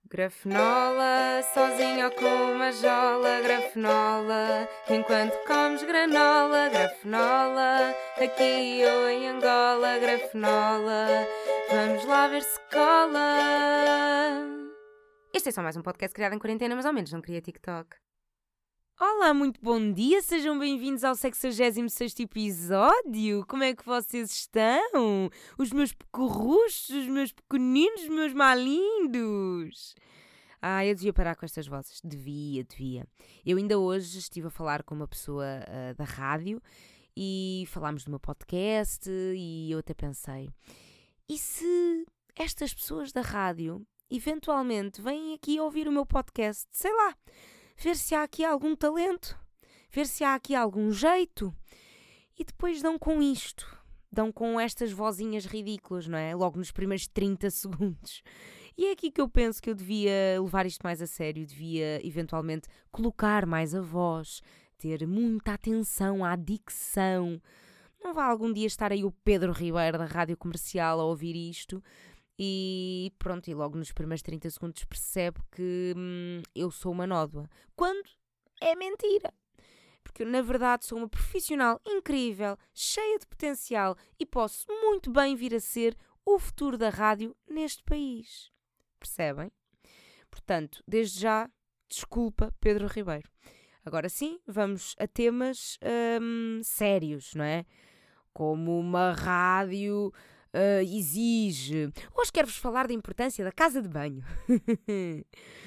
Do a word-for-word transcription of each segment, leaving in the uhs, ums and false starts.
Grafenola, sozinho ou com uma jola, grafenola, enquanto comes granola, grafenola, aqui ou em Angola, grafenola, vamos lá ver se cola. Este é só mais um podcast criado em quarentena, mas ao menos não queria TikTok. Olá, muito bom dia, sejam bem-vindos ao sexagésimo sexto episódio. Como é que vocês estão? Os meus pecorruchos, os meus pequeninos, os meus malindos. Ah, eu devia parar com estas vozes. Devia, devia. Eu ainda hoje estive a falar com uma pessoa uh, da rádio e falámos do meu podcast e eu até pensei, e se estas pessoas da rádio eventualmente vêm aqui ouvir o meu podcast, sei lá, ver se há aqui algum talento, ver se há aqui algum jeito, e depois dão com isto, dão com estas vozinhas ridículas, não é? Logo nos primeiros trinta segundos. E é aqui que eu penso que eu devia levar isto mais a sério, devia eventualmente colocar mais a voz, ter muita atenção à dicção. Não vai algum dia estar aí o Pedro Ribeiro da Rádio Comercial a ouvir isto e pronto, e logo nos primeiros trinta segundos percebe que hum, eu sou uma nódoa. Quando é mentira. Porque eu, na verdade, sou uma profissional incrível, cheia de potencial e posso muito bem vir a ser o futuro da rádio neste país. Percebem? Portanto, desde já, desculpa, Pedro Ribeiro. Agora sim, vamos a temas hum, sérios, não é? Como uma rádio Uh, exige. Hoje quero-vos falar da importância da casa de banho. uh,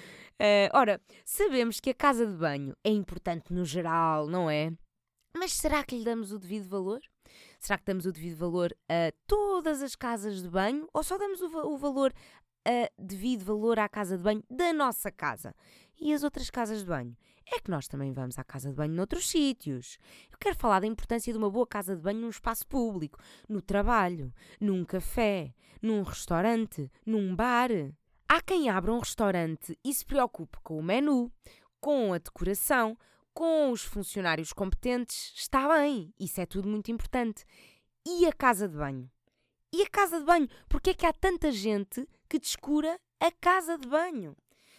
ora, sabemos que a casa de banho é importante no geral, não é? Mas será que lhe damos o devido valor? Será que damos o devido valor a todas as casas de banho? Ou só damos o, va- o valor, a devido valor à casa de banho da nossa casa? E as outras casas de banho? É que nós também vamos à casa de banho noutros sítios. Eu quero falar da importância de uma boa casa de banho num espaço público, no trabalho, num café, num restaurante, num bar. Há quem abra um restaurante e se preocupe com o menu, com a decoração, com os funcionários competentes. Está bem, isso é tudo muito importante. E a casa de banho? E a casa de banho? Porque é que há tanta gente que descura a casa de banho?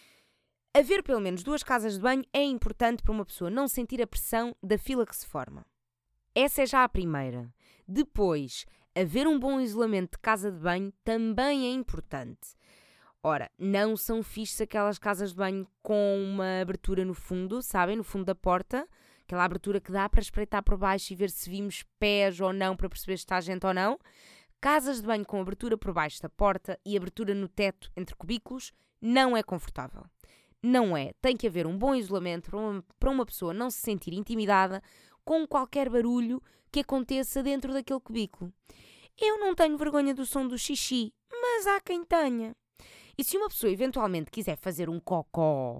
Haver pelo menos duas casas de banho é importante para uma pessoa não sentir a pressão da fila que se forma. Essa é já a primeira. Depois, haver um bom isolamento de casa de banho também é importante. Ora, não são fixes aquelas casas de banho com uma abertura no fundo, sabem? No fundo da porta. Aquela abertura que dá para espreitar por baixo e ver se vimos pés ou não para perceber se está gente ou não. Casas de banho com abertura por baixo da porta e abertura no teto entre cubículos não é confortável. Não é. Tem que haver um bom isolamento para uma, para uma pessoa não se sentir intimidada com qualquer barulho que aconteça dentro daquele cubículo. Eu não tenho vergonha do som do xixi, mas há quem tenha. E se uma pessoa eventualmente quiser fazer um cocó,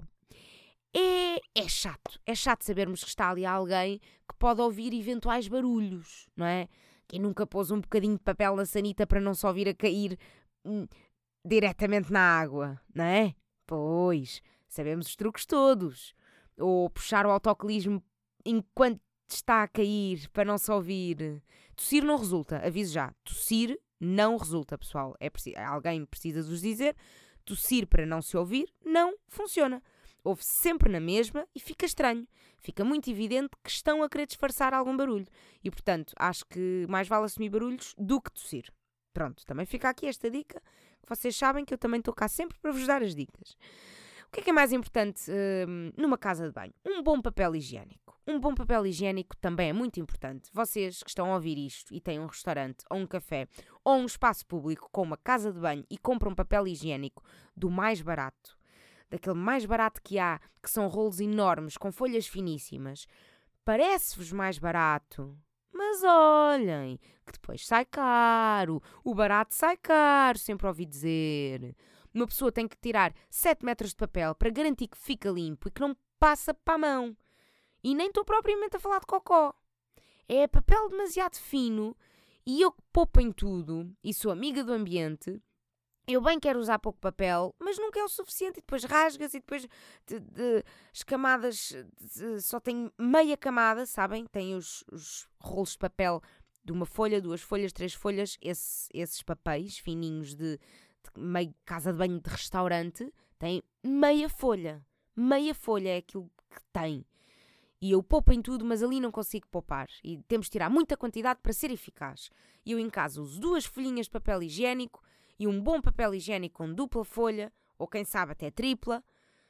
é, é chato. É chato sabermos que está ali alguém que pode ouvir eventuais barulhos, não é? Quem nunca pôs um bocadinho de papel na sanita para não só vir a cair hum, diretamente na água, não é? Pois... Sabemos os truques todos. Ou puxar o autocolismo enquanto está a cair para não se ouvir. Tossir não resulta, aviso já. Tossir não resulta, pessoal. É preciso, alguém precisa de vos dizer. Tossir para não se ouvir não funciona. Ouve-se sempre na mesma e fica estranho. Fica muito evidente que estão a querer disfarçar algum barulho. E, portanto, acho que mais vale assumir barulhos do que tossir. Pronto, também fica aqui esta dica. Que vocês sabem que eu também estou cá sempre para vos dar as dicas. O que é que é mais importante hum, numa casa de banho? Um bom papel higiênico. Um bom papel higiênico também é muito importante. Vocês que estão a ouvir isto e têm um restaurante ou um café ou um espaço público com uma casa de banho e compram papel higiênico do mais barato, daquele mais barato que há, que são rolos enormes com folhas finíssimas, parece-vos mais barato. Mas olhem, que depois sai caro. O barato sai caro, sempre ouvi dizer. Uma pessoa tem que tirar sete metros de papel para garantir que fica limpo e que não passa para a mão. E nem estou propriamente a falar de cocó. É papel demasiado fino e eu que poupo em tudo e sou amiga do ambiente. Eu bem quero usar pouco papel, mas nunca é o suficiente. E depois rasgas e depois de, de, as camadas de, só tem meia camada, sabem? Tem os, os rolos de papel de uma folha, duas folhas, três folhas. Esse, esses papéis fininhos de... meio casa de banho de restaurante, Tem meia folha. Meia folha é aquilo que tem. E eu poupo em tudo, mas ali não consigo poupar. E temos de tirar muita quantidade para ser eficaz. E eu em casa uso duas folhinhas de papel higiênico e um bom papel higiênico com dupla folha, ou quem sabe até tripla.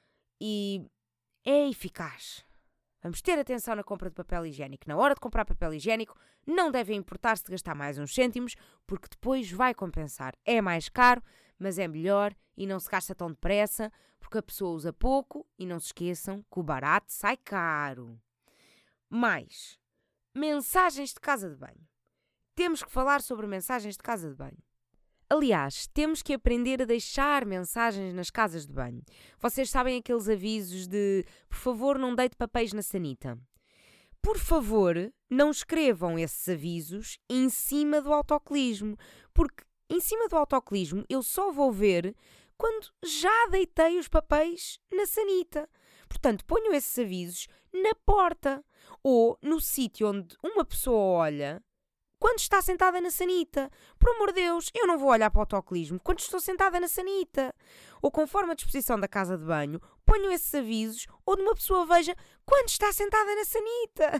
E é eficaz. Vamos ter atenção na compra de papel higiênico. Na hora de comprar papel higiênico, não devem importar-se de gastar mais uns cêntimos, porque depois vai compensar. É mais caro, mas é melhor e não se gasta tão depressa, porque a pessoa usa pouco e não se esqueçam que o barato sai caro. Mais, mensagens de casa de banho. Temos que falar sobre mensagens de casa de banho. Aliás, temos que aprender a deixar mensagens nas casas de banho. Vocês sabem aqueles avisos de por favor não deite papéis na sanita. Por favor, não escrevam esses avisos em cima do autocolismo, porque em cima do autocolismo eu só vou ver quando já deitei os papéis na sanita. Portanto, ponham esses avisos na porta ou no sítio onde uma pessoa olha quando está sentada na sanita. Por amor de Deus, eu não vou olhar para o autocolismo quando estou sentada na sanita. Ou conforme a disposição da casa de banho, ponham esses avisos onde uma pessoa veja quando está sentada na sanita.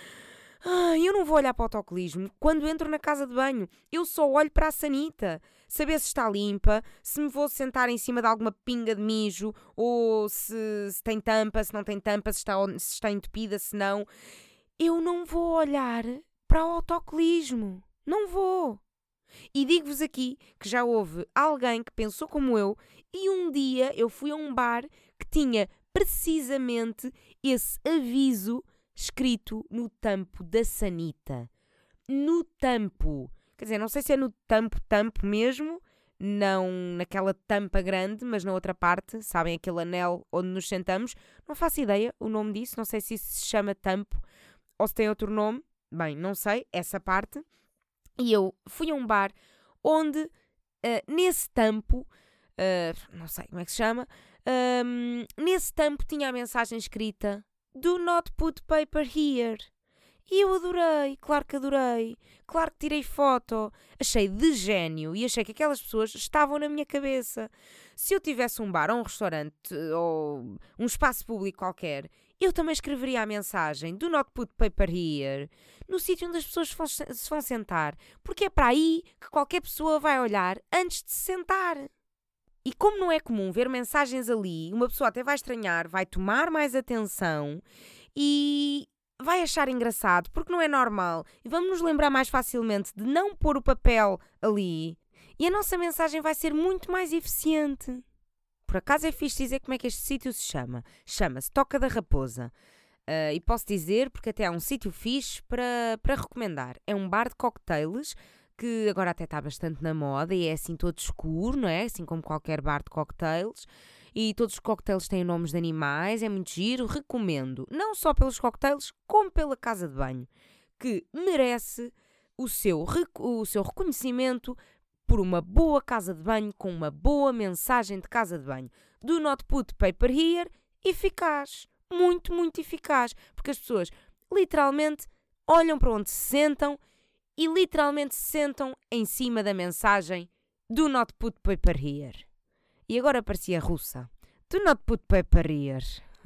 Ah, eu não vou olhar para o autocolismo quando entro na casa de banho. Eu só olho para a sanita. Saber se está limpa, se me vou sentar em cima de alguma pinga de mijo, ou se, se tem tampa, se não tem tampa, se está, se está entupida, se não. Eu não vou olhar para o autocolismo. Não vou. E digo-vos aqui que já houve alguém que pensou como eu e um dia eu fui a um bar que tinha precisamente esse aviso escrito no tampo da sanita. No tampo. Quer dizer, não sei se é no tampo, tampo mesmo, não naquela tampa grande, mas na outra parte, sabem aquele anel onde nos sentamos? Não faço ideia o nome disso, não sei se isso se chama tampo ou se tem outro nome. Bem, não sei, essa parte. E eu fui a um bar onde, uh, nesse tampo, uh, não sei como é que se chama, um, nesse tampo tinha a mensagem escrita Do not put paper here. E eu adorei, claro que adorei, claro que tirei foto, achei de gênio e achei que aquelas pessoas estavam na minha cabeça. Se eu tivesse um bar ou um restaurante ou um espaço público qualquer, eu também escreveria a mensagem Do not put paper here no sítio onde as pessoas se vão sentar, porque é para aí que qualquer pessoa vai olhar antes de se sentar. E como não é comum ver mensagens ali, uma pessoa até vai estranhar, vai tomar mais atenção e vai achar engraçado, porque não é normal. E vamos nos lembrar mais facilmente de não pôr o papel ali. E a nossa mensagem vai ser muito mais eficiente. Por acaso é fixe dizer como é que este sítio se chama. Chama-se Toca da Raposa. Uh, e posso dizer porque até é um sítio fixe para, para recomendar. É um bar de cocktails que agora até está bastante na moda e é assim todo escuro, não é? Assim como qualquer bar de cocktails. E todos os cocktails têm nomes de animais, é muito giro, recomendo. Não só pelos cocktails, como pela casa de banho, que merece o seu, o seu reconhecimento por uma boa casa de banho com uma boa mensagem de casa de banho. Do not put paper here, eficaz. Muito, muito eficaz. Porque as pessoas literalmente olham para onde se sentam e literalmente se sentam em cima da mensagem Do not put paper here. E agora parecia russa. Do not put paper here.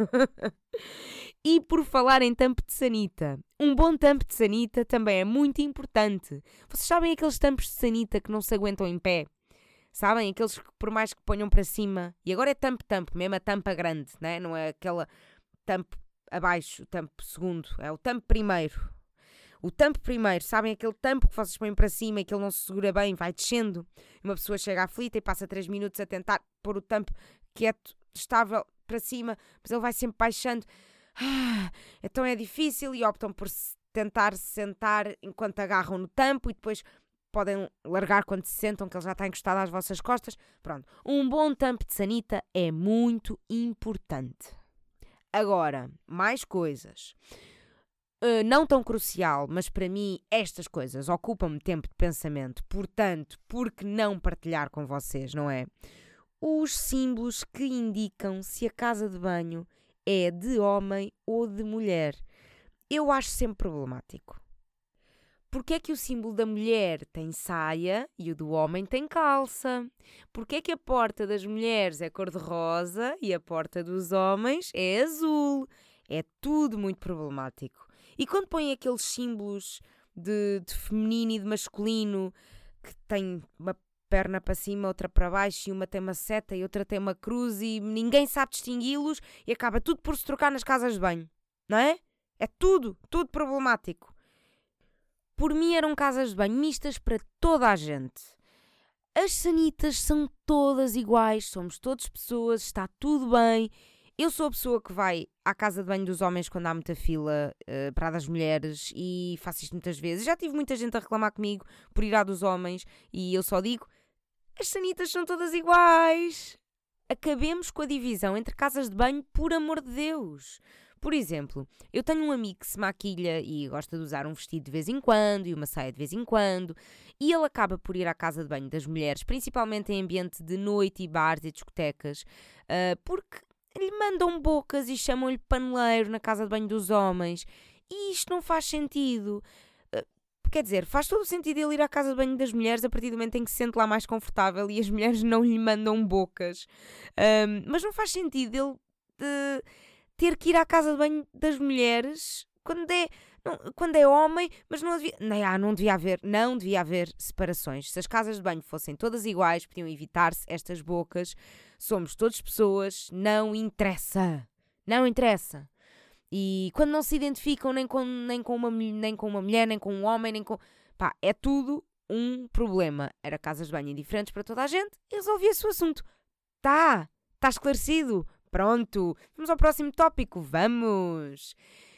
E por falar em tampo de sanita, um bom tampo de sanita também é muito importante. Vocês sabem aqueles tampos de sanita que não se aguentam em pé? Sabem? Aqueles que por mais que ponham para cima. E agora é tampo-tampo, mesmo a tampa grande, né? Não é aquela tampo abaixo, o tampo segundo. É o tampo primeiro. O tampo primeiro, sabem aquele tampo que vocês põem para cima e que ele não se segura bem, vai descendo. Uma pessoa chega aflita e passa três minutos a tentar pôr o tampo quieto, estável, para cima, mas ele vai sempre baixando. Ah, então é difícil e optam por tentar sentar enquanto agarram no tampo e depois podem largar quando se sentam, que ele já está encostado às vossas costas. Pronto, um bom tampo de sanita é muito importante. Agora, mais coisas. Uh, não tão crucial, mas para mim estas coisas ocupam-me tempo de pensamento, portanto, por que não partilhar com vocês, não é? Os símbolos que indicam se a casa de banho é de homem ou de mulher. Eu acho sempre problemático. Porquê é que o símbolo da mulher tem saia e o do homem tem calça? Porquê é que a porta das mulheres é cor-de-rosa e a porta dos homens é azul? É tudo muito problemático. E quando põem aqueles símbolos de, de feminino e de masculino que tem uma perna para cima, outra para baixo e uma tem uma seta e outra tem uma cruz e ninguém sabe distingui-los e acaba tudo por se trocar nas casas de banho, não é? É tudo, tudo problemático. Por mim eram casas de banho mistas para toda a gente. As sanitas são todas iguais, somos todas pessoas, está tudo bem. Eu sou a pessoa que vai à casa de banho dos homens quando há muita fila uh, para a das mulheres e faço isto muitas vezes. Já tive muita gente a reclamar comigo por ir à dos homens e eu só digo, as sanitas são todas iguais. Acabemos com a divisão entre casas de banho, por amor de Deus. Por exemplo, eu tenho um amigo que se maquilha e gosta de usar um vestido de vez em quando e uma saia de vez em quando e ele acaba por ir à casa de banho das mulheres, principalmente em ambiente de noite e bares e discotecas, uh, porque lhe mandam bocas e chamam-lhe paneleiro na casa de banho dos homens e isto não faz sentido. Uh, quer dizer, faz todo o sentido ele ir à casa de banho das mulheres a partir do momento em que se sente lá mais confortável e as mulheres não lhe mandam bocas. Um, mas não faz sentido ele... Uh, ter que ir à casa de banho das mulheres quando é, não, quando é homem, mas não devia, não, ah, não devia haver, não devia haver separações. Se as casas de banho fossem todas iguais, podiam evitar-se estas bocas. Somos todas pessoas, não interessa. Não interessa. E quando não se identificam nem com, nem com, uma, nem com uma mulher, nem com um homem, nem com... Pá, é tudo um problema. Era casas de banho diferentes para toda a gente e resolvia-se o assunto. Tá, está esclarecido. Pronto, vamos ao próximo tópico, vamos!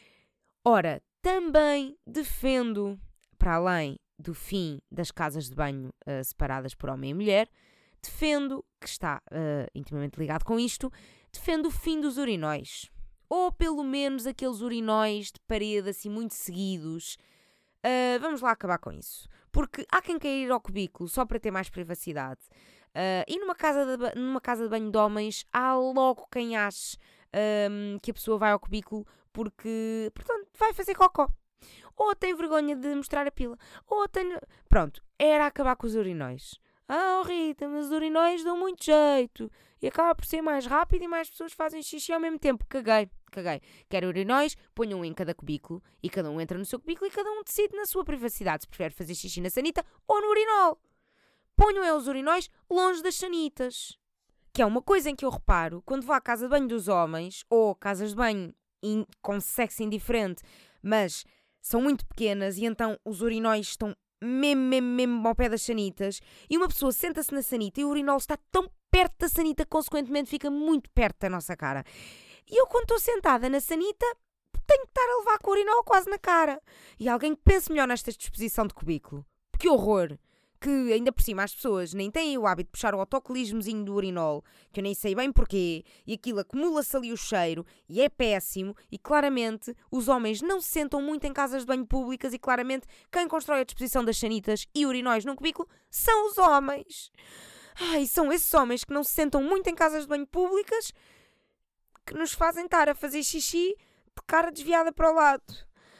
Ora, também defendo, para além do fim das casas de banho uh, separadas por homem e mulher, defendo, que está uh, intimamente ligado com isto, defendo o fim dos urinóis. Ou pelo menos aqueles urinóis de parede assim muito seguidos. Uh, vamos lá acabar com isso. Porque há quem queira ir ao cubículo só para ter mais privacidade. Uh, e numa casa, de, numa casa de banho de homens há logo quem ache um, que a pessoa vai ao cubículo porque, portanto, vai fazer cocó. Ou tem vergonha de mostrar a pila. Ou tem... Pronto, era acabar com os urinóis. Ah, Rita, mas os urinóis dão muito jeito. E acaba por ser mais rápido e mais pessoas fazem xixi ao mesmo tempo. Caguei, caguei. Quero urinóis, ponham um em cada cubículo e cada um entra no seu cubículo e cada um decide na sua privacidade se prefere fazer xixi na sanita ou no urinol. Ponham é os urinóis longe das sanitas. Que é uma coisa em que eu reparo quando vou à casa de banho dos homens ou casas de banho in, com sexo indiferente, mas são muito pequenas e então os urinóis estão mesmo, mesmo, mesmo ao pé das sanitas e uma pessoa senta-se na sanita e o urinol está tão perto da sanita que consequentemente fica muito perto da nossa cara. E eu quando estou sentada na sanita tenho que estar a levar com o urinol quase na cara. E alguém que pense melhor nesta disposição de cubículo. Que horror! Que ainda por cima as pessoas nem têm o hábito de puxar o autocolismozinho do urinol, que eu nem sei bem porquê, e aquilo acumula-se ali o cheiro, e é péssimo, e claramente os homens não se sentam muito em casas de banho públicas, e claramente quem constrói a disposição das sanitas e urinóis num cubículo são os homens. Ai, são esses homens que não se sentam muito em casas de banho públicas que nos fazem estar a fazer xixi de cara desviada para o lado.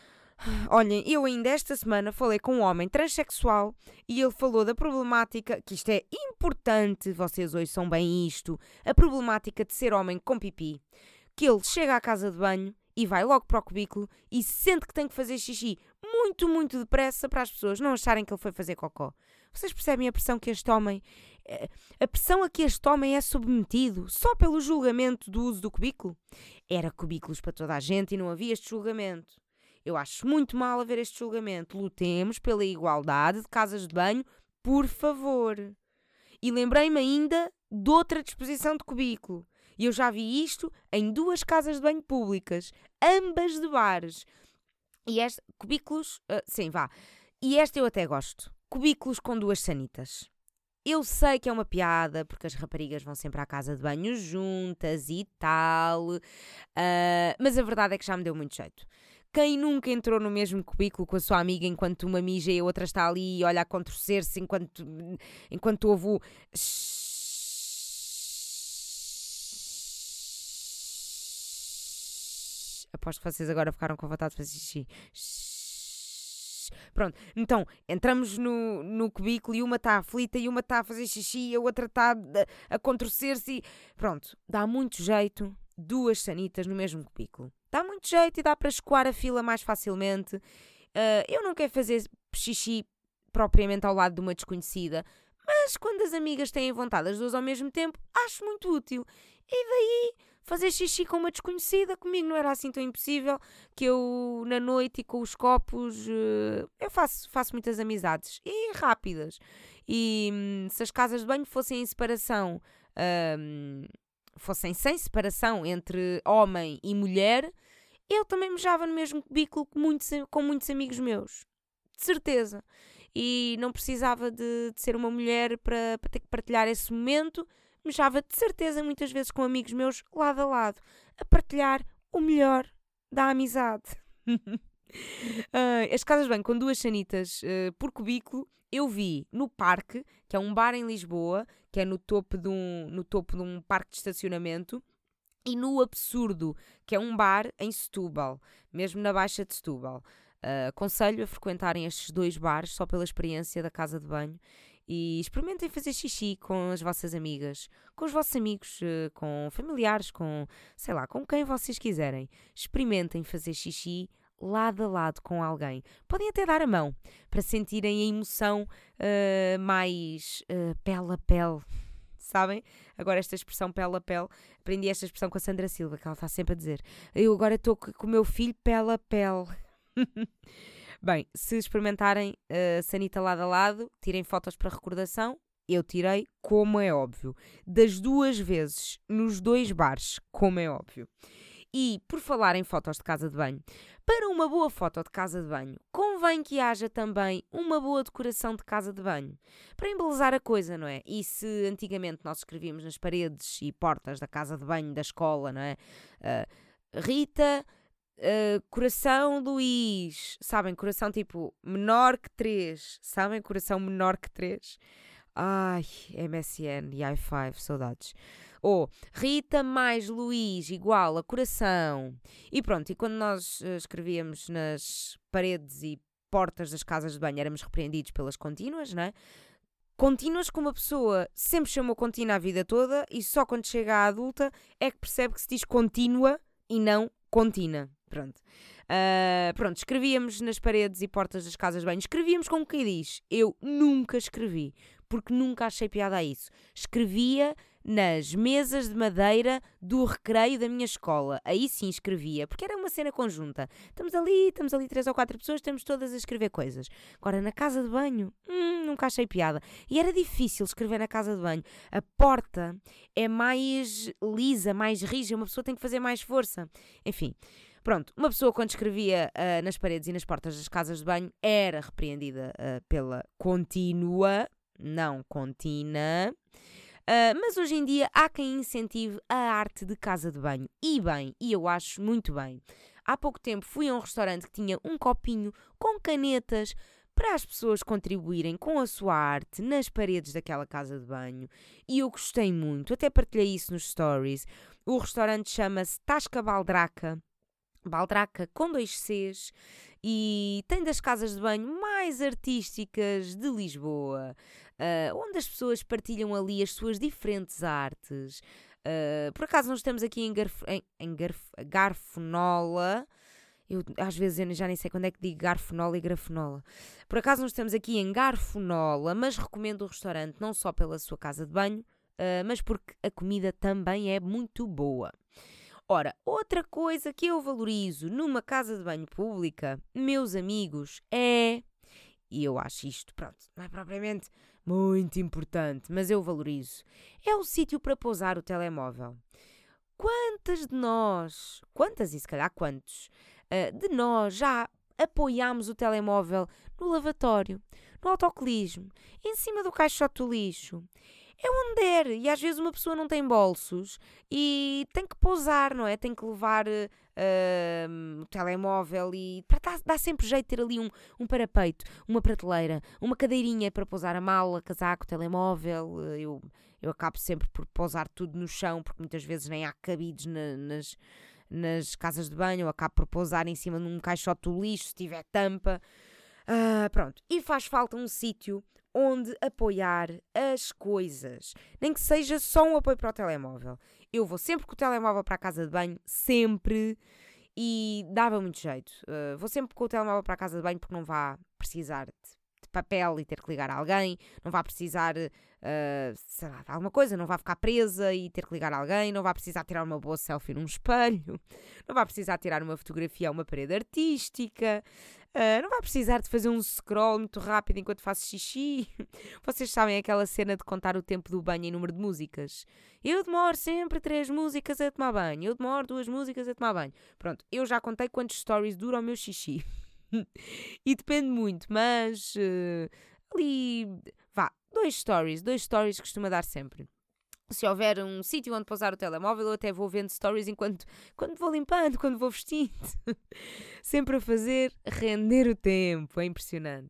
Olhem, eu ainda esta semana falei com um homem transexual e ele falou da problemática, que isto é importante, vocês hoje são bem isto, a problemática de ser homem com pipi, que ele chega à casa de banho e vai logo para o cubículo e sente que tem que fazer xixi muito, muito depressa para as pessoas não acharem que ele foi fazer cocó. Vocês percebem a pressão que este homem, a pressão a que este homem é submetido só pelo julgamento do uso do cubículo? Era cubículos para toda a gente e não havia este julgamento. Eu acho muito mal haver este julgamento. Lutemos pela igualdade de casas de banho, por favor. E lembrei-me ainda de outra disposição de cubículo. E eu já vi isto em duas casas de banho públicas, ambas de bares. E este, cubículos, uh, sim, vá. E esta eu até gosto. Cubículos com duas sanitas. Eu sei que é uma piada, porque as raparigas vão sempre à casa de banho juntas e tal. Uh, mas a verdade é que já me deu muito jeito. Quem nunca entrou no mesmo cubículo com a sua amiga enquanto uma mija e a outra está ali e olha a contorcer-se enquanto, enquanto ouve o... Aposto que vocês agora ficaram com vontade de fazer xixi. Pronto, então entramos no, no cubículo e uma está aflita e uma está a fazer xixi e a outra está a, a contorcer-se e pronto, dá muito jeito duas sanitas no mesmo cubículo. Dá muito jeito e dá para escoar a fila mais facilmente. Uh, eu não quero fazer xixi propriamente ao lado de uma desconhecida, mas quando as amigas têm vontade as duas ao mesmo tempo, acho muito útil. E daí, fazer xixi com uma desconhecida, comigo não era assim tão impossível, que eu, na noite e com os copos, uh, eu faço, faço muitas amizades. E rápidas. E hum, se as casas de banho fossem em separação, hum, fossem sem separação entre homem e mulher, eu também mejava no mesmo cubículo com muitos, com muitos amigos meus. De certeza. E não precisava de, de ser uma mulher para, para ter que partilhar esse momento. Mejava de certeza muitas vezes com amigos meus lado a lado, a partilhar o melhor da amizade. uh, as casas de banho com duas sanitas uh, por cubículo eu vi no Parque, que é um bar em Lisboa, que é no topo de um, no topo de um parque de estacionamento, e no Absurdo, que é um bar em Setúbal, mesmo na Baixa de Setúbal. Uh, aconselho a frequentarem estes dois bares só pela experiência da casa de banho e experimentem fazer xixi com as vossas amigas, com os vossos amigos, uh, com familiares, com, sei lá, com quem vocês quiserem. Experimentem fazer xixi lado a lado com alguém. Podem até dar a mão para sentirem a emoção uh, mais uh, pele a pele. Sabem? Agora esta expressão pele a pele, aprendi esta expressão com a Sandra Silva, que ela está sempre a dizer. Eu agora estou com o meu filho pele a pele. Bem, se experimentarem uh, sanita lado a lado, tirem fotos para recordação. Eu tirei, como é óbvio. Das duas vezes, nos dois bares, como é óbvio. E, por falar em fotos de casa de banho, para uma boa foto de casa de banho, convém que haja também uma boa decoração de casa de banho. Para embelezar a coisa, não é? E se antigamente nós escrevíamos nas paredes e portas da casa de banho da escola, não é? Uh, Rita... Uh, coração Luís, sabem, coração tipo menor que três, sabem, coração menor que três. Ai, M S N e i cinco, saudades. Ou Rita mais Luís igual a coração. E pronto, e quando nós uh, escrevíamos nas paredes e portas das casas de banho éramos repreendidos pelas contínuas, não é? Contínuas que uma pessoa sempre chamou contínua a vida toda e só quando chega à adulta é que percebe que se diz contínua e não contínua. Pronto. Uh, pronto, escrevíamos nas paredes e portas das casas de banho. Escrevíamos como quem diz. Eu nunca escrevi, porque nunca achei piada a isso. Escrevia nas mesas de madeira do recreio da minha escola. Aí sim escrevia, porque era uma cena conjunta. Estamos ali, estamos ali três ou quatro pessoas, estamos todas a escrever coisas. Agora, na casa de banho, hum, nunca achei piada. E era difícil escrever na casa de banho. A porta é mais lisa, mais rija, uma pessoa tem que fazer mais força. Enfim... Pronto, uma pessoa quando escrevia uh, nas paredes e nas portas das casas de banho era repreendida uh, pela contínua, não contínua, uh, mas hoje em dia há quem incentive a arte de casa de banho. E bem, e eu acho muito bem. Há pouco tempo fui a um restaurante que tinha um copinho com canetas para as pessoas contribuírem com a sua arte nas paredes daquela casa de banho. E eu gostei muito, até partilhei isso nos stories. O restaurante chama-se Tasca Baldraca. Baldraca com dois Cs e tem das casas de banho mais artísticas de Lisboa, uh, onde as pessoas partilham ali as suas diferentes artes. Uh, por acaso nós estamos aqui em, Garf, em, em Garf, Garfonola, eu às vezes eu já nem sei quando é que digo Garfonola e Grafenola. Por acaso nós estamos aqui em Garfonola, mas recomendo o restaurante não só pela sua casa de banho, uh, mas porque a comida também é muito boa. Ora, outra coisa que eu valorizo numa casa de banho pública, meus amigos, é... E eu acho isto, pronto, não é propriamente muito importante, mas eu valorizo. É o sítio para pousar o telemóvel. Quantas de nós, quantas e se calhar quantos, uh, de nós já apoiámos o telemóvel no lavatório, no autocolismo, em cima do caixote do lixo? É onde der, e às vezes uma pessoa não tem bolsos e tem que pousar, não é? Tem que levar uh, o telemóvel e dá, dá sempre jeito de ter ali um, um parapeito, uma prateleira, uma cadeirinha para pousar a mala, casaco, telemóvel. Eu, eu acabo sempre por pousar tudo no chão, porque muitas vezes nem há cabides na, nas, nas casas de banho. Eu acabo por pousar em cima de um caixote do lixo, se tiver tampa. Uh, pronto, e faz falta um sítio onde apoiar as coisas. Nem que seja só um apoio para o telemóvel. Eu vou sempre com o telemóvel para a casa de banho, sempre, e dava muito jeito. Uh, vou sempre com o telemóvel para a casa de banho porque não vá precisar de, de papel e ter que ligar a alguém, não vá precisar, uh, sei lá, de alguma coisa, não vá ficar presa e ter que ligar a alguém, não vá precisar tirar uma boa selfie num espelho, não vá precisar tirar uma fotografia a uma parede artística. Uh, não vai precisar de fazer um scroll muito rápido enquanto faço xixi. Vocês sabem aquela cena de contar o tempo do banho em número de músicas? Eu demoro sempre três músicas a tomar banho. Eu demoro duas músicas a tomar banho. Pronto, eu já contei quantos stories dura o meu xixi. E depende muito, mas uh, ali, vá, dois stories. Dois stories costuma dar sempre. Se houver um sítio onde pousar o telemóvel, eu até vou vendo stories enquanto quando vou limpando, quando vou vestindo. Sempre a fazer render o tempo. É impressionante.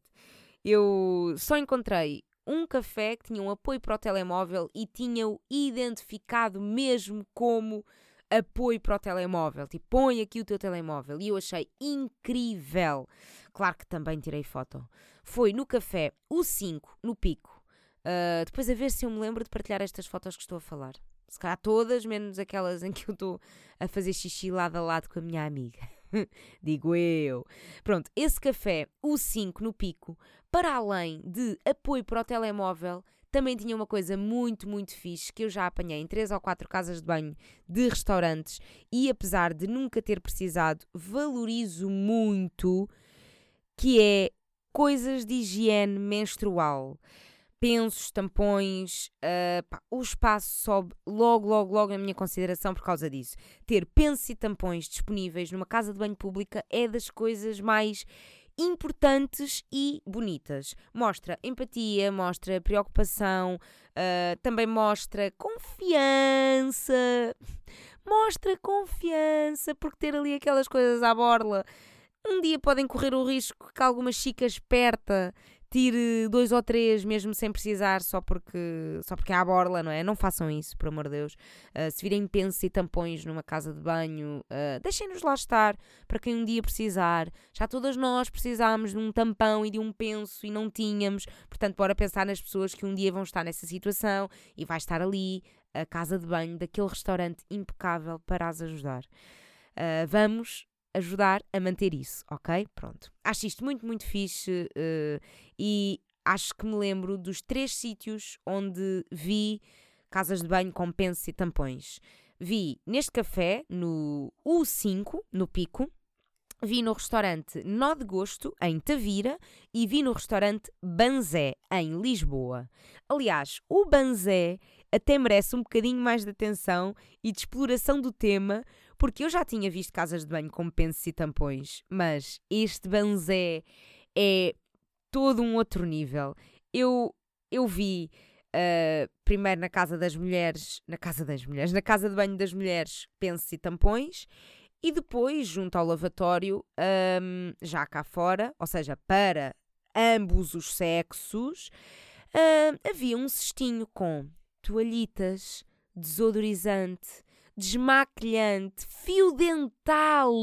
Eu só encontrei um café que tinha um apoio para o telemóvel e tinha-o identificado mesmo como apoio para o telemóvel. Tipo, põe aqui o teu telemóvel. E eu achei incrível. Claro que também tirei foto. Foi no café O cinco, no Pico. Uh, depois a ver se eu me lembro de partilhar estas fotos que estou a falar. Se calhar todas, menos aquelas em que eu estou a fazer xixi lado a lado com a minha amiga. Digo eu. Pronto, esse café, O cinco no Pico, para além de apoio para o telemóvel, também tinha uma coisa muito, muito fixe que eu já apanhei em três ou quatro casas de banho de restaurantes e apesar de nunca ter precisado, valorizo muito, que é coisas de higiene menstrual. Pensos, tampões, uh, pá, o espaço sobe logo, logo, logo na minha consideração por causa disso. Ter pensos e tampões disponíveis numa casa de banho pública é das coisas mais importantes e bonitas. Mostra empatia, mostra preocupação, uh, também mostra confiança. Mostra confiança, porque ter ali aquelas coisas à borla, um dia podem correr o risco que alguma chica esperta tire dois ou três, mesmo sem precisar, só porque, só porque há a borla, não é? Não façam isso, por amor de Deus. Uh, se virem pensos e tampões numa casa de banho, uh, deixem-nos lá estar, para quem um dia precisar. Já todas nós precisámos de um tampão e de um penso e não tínhamos. Portanto, bora pensar nas pessoas que um dia vão estar nessa situação e vai estar ali a casa de banho daquele restaurante impecável para as ajudar. Uh, vamos ajudar a manter isso, ok? Pronto. Acho isto muito, muito fixe uh, e acho que me lembro dos três sítios onde vi casas de banho com pensos e tampões. Vi neste café, no O cinco, no Pico, vi no restaurante Nó de Gosto, em Tavira, e vi no restaurante Banzé, em Lisboa. Aliás, o Banzé até merece um bocadinho mais de atenção e de exploração do tema, porque eu já tinha visto casas de banho com pensos e tampões, mas este Banzé é todo um outro nível. Eu, eu vi uh, primeiro na casa das mulheres, na casa das mulheres, na casa de banho das mulheres, pensos e tampões, e depois, junto ao lavatório, um, já cá fora, ou seja, para ambos os sexos, uh, havia um cestinho com toalhitas, desodorizante, desmaquilhante, fio dental.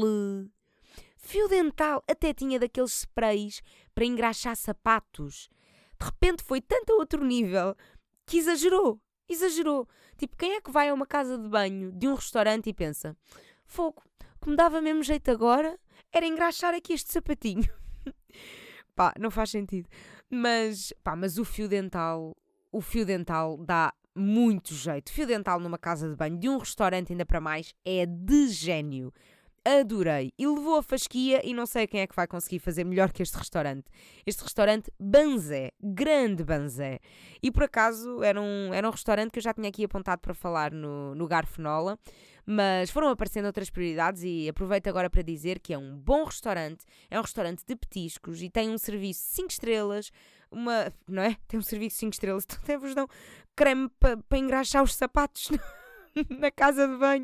Fio dental. Até tinha daqueles sprays para engraxar sapatos. De repente foi tanto a outro nível que exagerou. Exagerou. Tipo, quem é que vai a uma casa de banho de um restaurante e pensa: fogo, o que me dava mesmo jeito agora era engraxar aqui este sapatinho. Pá, não faz sentido. Mas, pá, mas o fio dental, o fio dental dá muito jeito. Fio dental numa casa de banho de um restaurante, ainda para mais, é de gênio. Adorei. E levou a fasquia e não sei quem é que vai conseguir fazer melhor que este restaurante. Este restaurante Banzé. Grande Banzé. E por acaso era um, era um restaurante que eu já tinha aqui apontado para falar no, no Garfonola, mas foram aparecendo outras prioridades e aproveito agora para dizer que é um bom restaurante, é um restaurante de petiscos e tem um serviço cinco estrelas, uma, não é? Tem um serviço cinco estrelas, então até vos dão creme para pa engraxar os sapatos na casa de banho.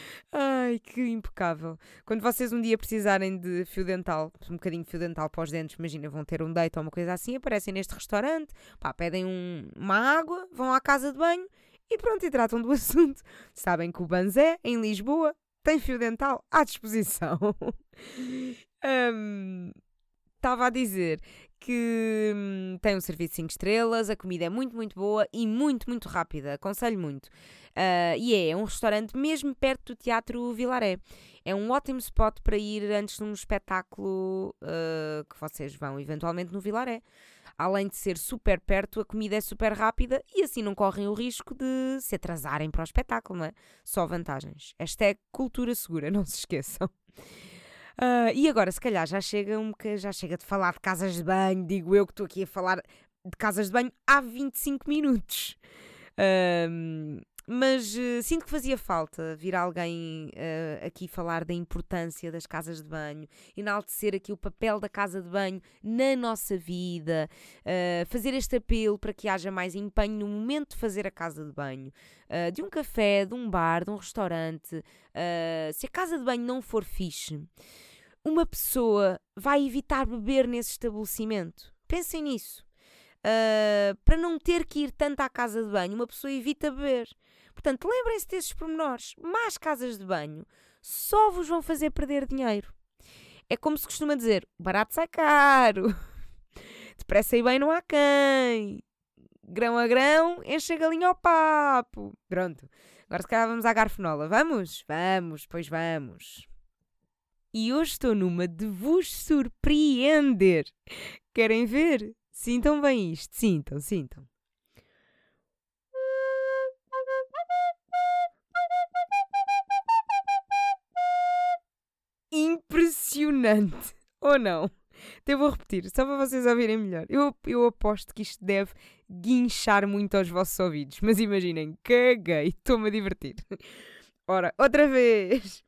Ai, que impecável. Quando vocês um dia precisarem de fio dental, um bocadinho de fio dental para os dentes, imagina, vão ter um date ou uma coisa assim, aparecem neste restaurante, pá, pedem um, uma água, vão à casa de banho e pronto, e tratam do assunto. Sabem que o Banzé, em Lisboa, tem fio dental à disposição. um, estava a dizer que hum, tem um serviço de cinco estrelas, a comida é muito, muito boa e muito, muito rápida. Aconselho muito. Uh, e é, é um restaurante mesmo perto do Teatro Vilaré. É um ótimo spot para ir antes de um espetáculo uh, que vocês vão eventualmente no Vilaré. Além de ser super perto, a comida é super rápida e assim não correm o risco de se atrasarem para o espetáculo, não é? Só vantagens. Esta é cultura segura, não se esqueçam. Uh, e agora, se calhar, já chega, um, já chega de falar de casas de banho. Digo eu que estou aqui a falar de casas de banho há vinte e cinco minutos. Uh, mas uh, sinto que fazia falta vir alguém uh, aqui falar da importância das casas de banho, enaltecer aqui o papel da casa de banho na nossa vida, uh, fazer este apelo para que haja mais empenho no momento de fazer a casa de banho, uh, de um café, de um bar, de um restaurante. Uh, se a casa de banho não for fixe, uma pessoa vai evitar beber nesse estabelecimento. Pensem nisso. Uh, para não ter que ir tanto à casa de banho, uma pessoa evita beber. Portanto, lembrem-se desses pormenores. Más casas de banho só vos vão fazer perder dinheiro. É como se costuma dizer, barato sai caro. Depressa e bem não há quem. Grão a grão, enche a galinha ao papo. Pronto. Agora se calhar vamos à garfenola. Vamos? Vamos, pois vamos. E hoje estou numa de vos surpreender. Querem ver? Sintam bem isto. Sintam, sintam. Impressionante. Ou não? Então eu vou repetir, só para vocês ouvirem melhor. Eu, eu aposto que isto deve guinchar muito aos vossos ouvidos. Mas imaginem, caguei. Estou-me a divertir. Ora, outra vez.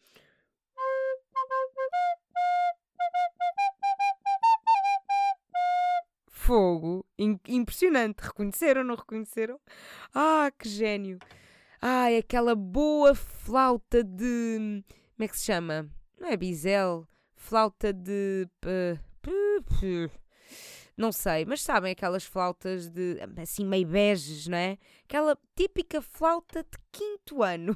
Fogo. Impressionante. Reconheceram, não reconheceram? Ah, que gênio. Ah, é aquela boa flauta de... Como é que se chama? Não é bisel? Flauta de... Não sei, mas sabem aquelas flautas de... Assim, meio beges, não é? Aquela típica flauta de quinto ano.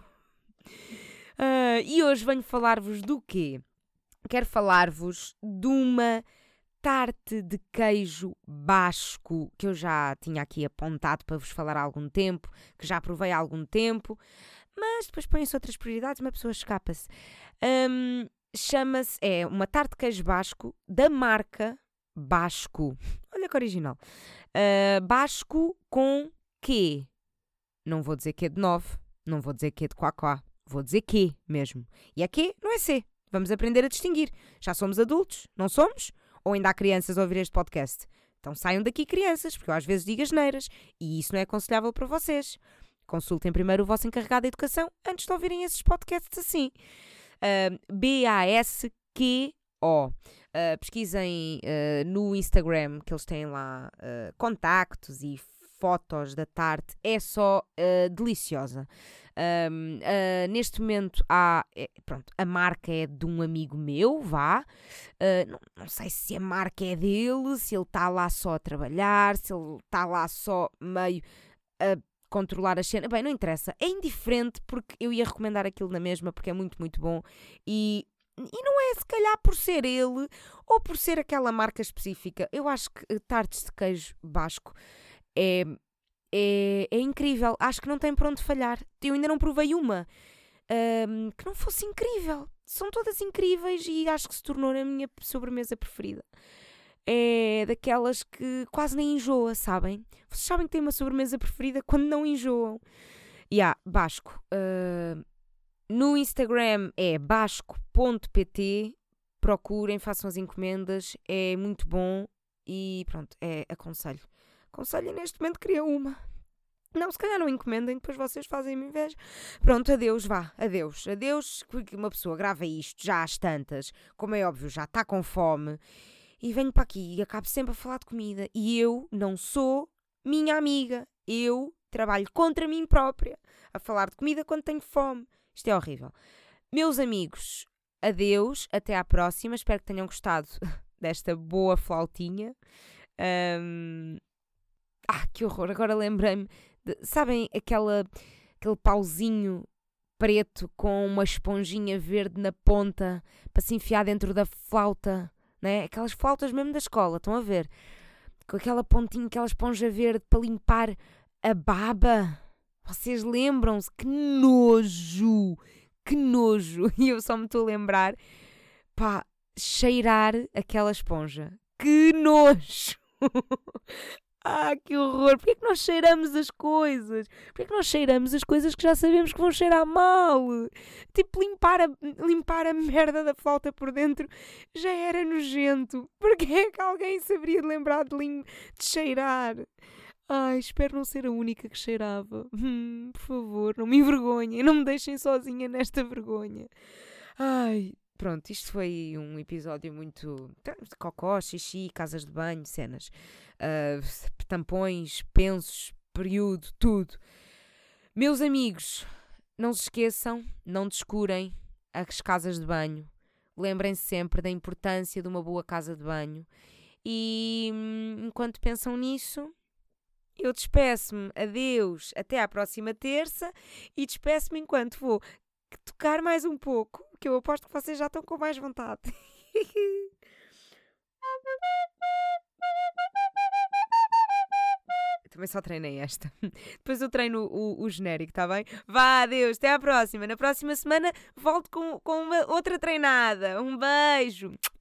Uh, e hoje venho falar-vos do quê? Quero falar-vos de uma tarte de queijo basco que eu já tinha aqui apontado para vos falar há algum tempo, que já provei há algum tempo, mas depois põem-se outras prioridades, uma pessoa escapa-se. Um, chama-se, é uma tarte de queijo basco da marca Basco. Olha que original. Uh, basco com quê? Não vou dizer que é de nove, não vou dizer que é de quá-quá, vou dizer que mesmo. E é que não é C. Vamos aprender a distinguir. Já somos adultos, não somos? Ou ainda há crianças a ouvir este podcast? Então saiam daqui crianças, porque eu às vezes digo asneiras e isso não é aconselhável para vocês. Consultem primeiro o vosso encarregado de educação antes de ouvirem esses podcasts assim. Uh, B A S Q O. Uh, pesquisem uh, no Instagram, que eles têm lá uh, contactos e fotos da tarte. É só uh, deliciosa. Um, uh, neste momento há, é, pronto, a marca é de um amigo meu, vá, uh, não, não sei se a marca é dele, se ele está lá só a trabalhar, se ele está lá só meio a controlar a cena, bem, não interessa, é indiferente porque eu ia recomendar aquilo na mesma porque é muito, muito bom e, e não é se calhar por ser ele ou por ser aquela marca específica. Eu acho que tartes de queijo basco é... É, é incrível, acho que não tem por onde falhar. Eu ainda não provei uma um, que não fosse incrível. São todas incríveis e acho que se tornou a minha sobremesa preferida. É daquelas que quase nem enjoa, sabem? Vocês sabem que têm uma sobremesa preferida quando não enjoam. E há, Basco. Uh, no Instagram é basco ponto pt. Procurem, façam as encomendas. É muito bom e pronto, é aconselho. Aconselho, neste momento queria uma. Não, se calhar não encomendem, depois vocês fazem-me inveja. Pronto, adeus, vá, adeus. Adeus, que uma pessoa grava isto já às tantas, como é óbvio, já está com fome, e venho para aqui e acabo sempre a falar de comida. E eu não sou minha amiga. Eu trabalho contra mim própria, a falar de comida quando tenho fome. Isto é horrível. Meus amigos, adeus, até à próxima. Espero que tenham gostado desta boa flautinha. Um... Ah, que horror, agora lembrei-me, de, sabem aquela, aquele pauzinho preto com uma esponjinha verde na ponta para se enfiar dentro da flauta? né? Aquelas flautas mesmo da escola, estão a ver? Com aquela pontinha, aquela esponja verde para limpar a baba. Vocês lembram-se? Que nojo! Que nojo! E eu só me estou a lembrar, pá, cheirar aquela esponja. Que nojo! Ah, que horror! Porquê é que nós cheiramos as coisas? Porquê é que nós cheiramos as coisas que já sabemos que vão cheirar mal? Tipo, limpar a, limpar a merda da flauta por dentro já era nojento. Porquê é que alguém saberia lembrar de, lim- de cheirar? Ai, espero não ser a única que cheirava. Hum, por favor, não me envergonhem, não me deixem sozinha nesta vergonha. Ai, pronto, isto foi um episódio muito de cocó, xixi, casas de banho, cenas, uh, tampões, pensos, período, tudo. Meus amigos, não se esqueçam, não descurem as casas de banho. Lembrem-se sempre da importância de uma boa casa de banho. E enquanto pensam nisso, eu despeço-me, adeus, até à próxima terça, e despeço-me enquanto vou tocar mais um pouco, que eu aposto que vocês já estão com mais vontade. Também só treinei esta. Depois eu treino o, o genérico, está bem? Vá, adeus, até à próxima. Na próxima semana volto com, com uma outra treinada. Um beijo.